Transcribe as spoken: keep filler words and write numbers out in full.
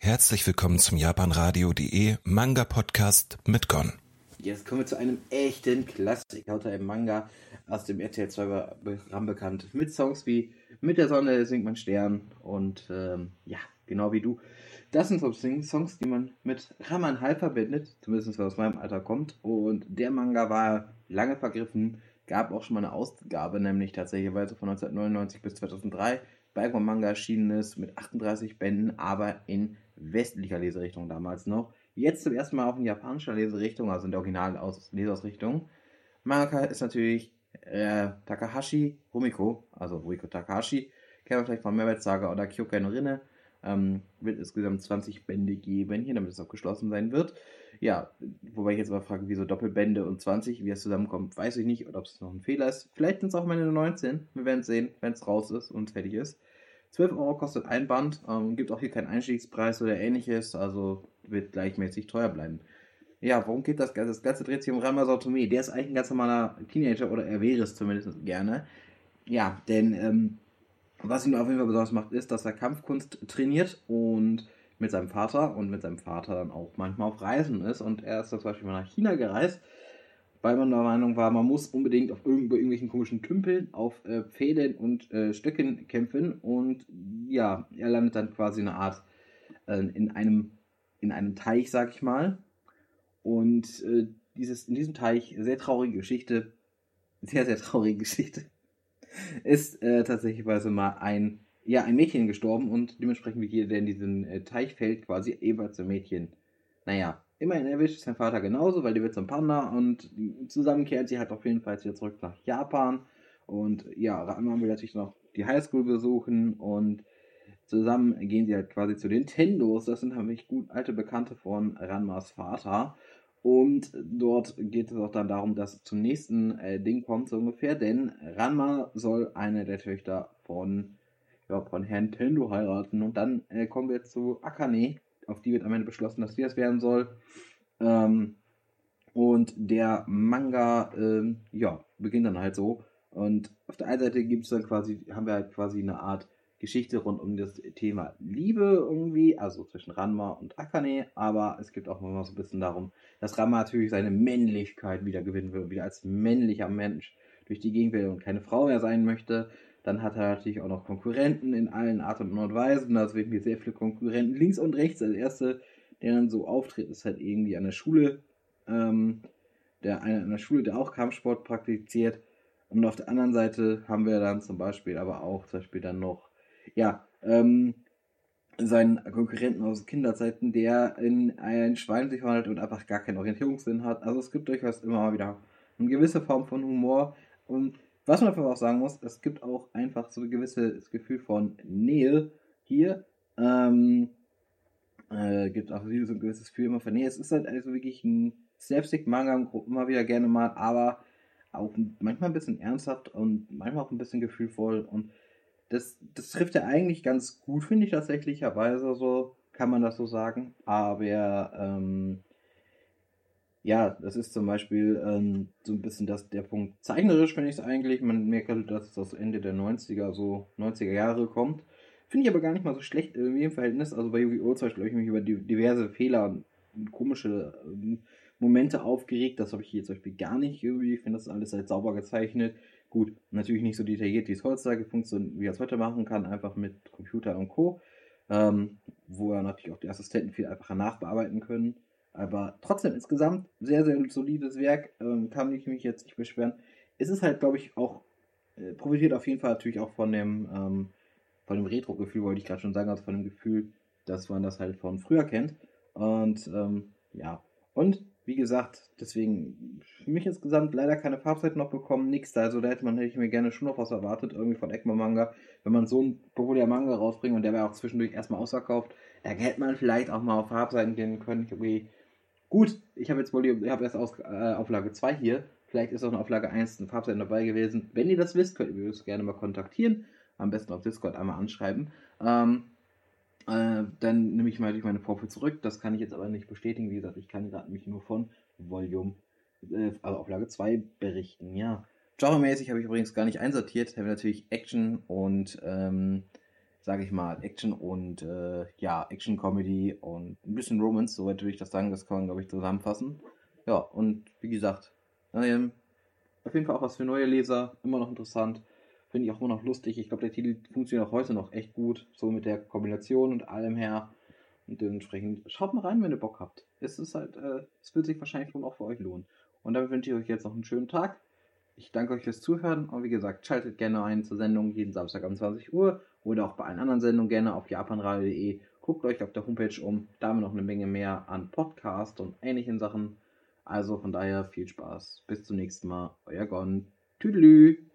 Herzlich willkommen zum japanradio.de Manga-Podcast mit Gon. Jetzt kommen wir zu einem echten Klassiker unter einem Manga aus dem R T L zwei Programm bekannt. Mit Songs wie Mit der Sonne singt man Stern und ähm, ja, genau wie du. Das sind so Songs, die man mit Raman Hall verbindet, zumindest was aus meinem Alter kommt. Und der Manga war lange vergriffen, gab auch schon mal eine Ausgabe, nämlich tatsächlich von neunzehnhundertneunundneunzig bis zweitausenddrei. Bei Manga erschienen ist mit achtunddreißig Bänden, aber in westlicher Leserichtung damals noch. Jetzt zum ersten Mal auch in japanischer Leserichtung, also in der Original-Leserausrichtung. Mangaka ist natürlich äh, Takahashi Rumiko, also Rumiko Takahashi. Kennen wir vielleicht von Merbert Saga oder Kyokai no Rinne. Ähm, wird insgesamt zwanzig Bände geben hier, damit es auch geschlossen sein wird. Ja, wobei ich jetzt aber frage, wieso Doppelbände und zwanzig, wie es zusammenkommt, weiß ich nicht, oder ob es noch ein Fehler ist. Vielleicht sind es auch meine neunzehn, wir werden es sehen, wenn es raus ist und fertig ist. zwölf Euro kostet ein Band, ähm, gibt auch hier keinen Einstiegspreis oder ähnliches, also wird gleichmäßig teuer bleiben. Ja, worum geht das Ganze? Das Ganze dreht sich um Ranma Saotome. Der ist eigentlich ein ganz normaler Teenager, oder er wäre es zumindest gerne. Ja, denn ähm, was ihn auf jeden Fall besonders macht, ist, dass er Kampfkunst trainiert und mit seinem Vater und mit seinem Vater dann auch manchmal auf Reisen ist. Und er ist zum Beispiel mal nach China gereist, weil man der Meinung war, man muss unbedingt auf irgend- irgendwelchen komischen Tümpeln auf äh, Pfählen und äh, Stöcken kämpfen. Und ja, er landet dann quasi eine Art äh, in einem in einem Teich, sag ich mal. Und äh, dieses, in diesem Teich, sehr traurige Geschichte, sehr, sehr traurige Geschichte, ist äh, tatsächlich mal ein, ja, ein Mädchen gestorben und dementsprechend wie jeder, der in diesen äh, Teich fällt, quasi ebenfalls ein Mädchen. Naja, immerhin erwischt sein Vater genauso, weil der wird zum Panda und zusammen kehrt sie halt auf jeden Fall wieder zurück nach Japan. Und ja, Ranma will natürlich noch die Highschool besuchen und zusammen gehen sie halt quasi zu den Tendos. Das sind nämlich gut alte Bekannte von Ranmas Vater. Und dort geht es auch dann darum, dass es zum nächsten äh, Ding kommt, so ungefähr. Denn Ranma soll eine der Töchter von, ja, von Herrn Tendo heiraten. Und dann äh, kommen wir zu Akane. Auf die wird am Ende beschlossen, dass sie das werden soll. Ähm, und der Manga, ähm, ja, beginnt dann halt so. Und auf der einen Seite gibt es dann quasi, haben wir halt quasi eine Art Geschichte rund um das Thema Liebe irgendwie, also zwischen Ranma und Akane, aber es gibt auch immer so ein bisschen darum, dass Ranma natürlich seine Männlichkeit wieder gewinnen will, wieder als männlicher Mensch durch die Gegend will und keine Frau mehr sein möchte. Dann hat er natürlich auch noch Konkurrenten in allen Arten und Weisen, also wirklich sehr viele Konkurrenten links und rechts. Der erste, der dann so auftritt, ist halt irgendwie an der Schule, ähm, der einer an der Schule, der auch Kampfsport praktiziert. Und auf der anderen Seite haben wir dann zum Beispiel aber auch zum Beispiel dann noch ja, ähm, seinen Konkurrenten aus Kinderzeiten, der in ein Schwein sich verwandelt und einfach gar keinen Orientierungssinn hat. Also es gibt durchaus immer mal wieder eine gewisse Form von Humor. Und was man einfach auch sagen muss, es gibt auch einfach so ein gewisses Gefühl von Nähe hier. Ähm, äh, gibt auch so ein gewisses Gefühl immer von Nähe. Es ist halt also wirklich ein Slapstick-Manga, immer wieder gerne mal, aber auch manchmal ein bisschen ernsthaft und manchmal auch ein bisschen gefühlvoll und Das, das trifft er eigentlich ganz gut, finde ich tatsächlicherweise, so kann man das so sagen. Aber ähm, ja, das ist zum Beispiel ähm, so ein bisschen das, der Punkt. Zeichnerisch finde ich es eigentlich. Man merkt halt, dass es aus Ende der neunziger, so neunziger Jahre kommt. Finde ich aber gar nicht mal so schlecht irgendwie im Verhältnis. Also bei Yu-Gi-Oh! Zum Beispiel habe ich mich über die, diverse Fehler und komische ähm, Momente aufgeregt. Das habe ich hier zum Beispiel gar nicht irgendwie. Ich finde das alles halt sauber gezeichnet. Gut, natürlich nicht so detailliert, wie es heutzutage funktioniert, wie er es heute machen kann, einfach mit Computer und Co. Ähm, wo er natürlich auch die Assistenten viel einfacher nachbearbeiten können. Aber trotzdem insgesamt sehr, sehr solides Werk. Ähm, kann ich mich jetzt nicht beschweren. Es ist halt, glaube ich, auch, äh, profitiert auf jeden Fall natürlich auch von dem, ähm, von dem Retro-Gefühl, wollte ich gerade schon sagen, also von dem Gefühl, dass man das halt von früher kennt. Und ähm, ja, und wie gesagt, deswegen für mich insgesamt leider keine Farbseiten noch bekommen, nix da. Also da hätte man hätte ich mir gerne schon noch was erwartet, irgendwie von Egmont Manga. Wenn man so einen populären Manga rausbringt und der wäre auch zwischendurch erstmal ausverkauft, da hätte man vielleicht auch mal auf Farbseiten gehen können. Ich, gut, ich habe jetzt wohl die, ich habe erst aus, äh, Auflage zwei hier. Vielleicht ist auch in Auflage eins ein Farbseiten dabei gewesen. Wenn ihr das wisst, könnt ihr uns gerne mal kontaktieren. Am besten auf Discord einmal anschreiben. Ähm, äh, dann nehme ich mal meine Vorführung zurück. Das kann ich jetzt aber nicht bestätigen. Wie gesagt, ich kann gerade mich nur von Volume, äh, also Auflage zwei berichten. Ja. Genremäßig habe ich übrigens gar nicht einsortiert. Haben wir natürlich Action und ähm, sage ich mal, Action und äh, ja, Action-Comedy und ein bisschen Romance, soweit würde ich das sagen, das kann man, glaube ich, zusammenfassen. Ja, und wie gesagt, ähm, auf jeden Fall auch was für neue Leser, immer noch interessant, finde ich auch immer noch lustig. Ich glaube, der Titel funktioniert auch heute noch echt gut, so mit der Kombination und allem her. Und dementsprechend schaut mal rein, wenn ihr Bock habt. Es ist halt, äh, es wird sich wahrscheinlich schon auch für euch lohnen. Und damit wünsche ich euch jetzt noch einen schönen Tag. Ich danke euch fürs Zuhören und wie gesagt, schaltet gerne ein zur Sendung jeden Samstag um zwanzig Uhr oder auch bei allen anderen Sendungen gerne auf japanradio punkt de. Guckt euch auf der Homepage um, da haben wir noch eine Menge mehr an Podcast und ähnlichen Sachen. Also von daher viel Spaß. Bis zum nächsten Mal. Euer Gon. Tüdelü.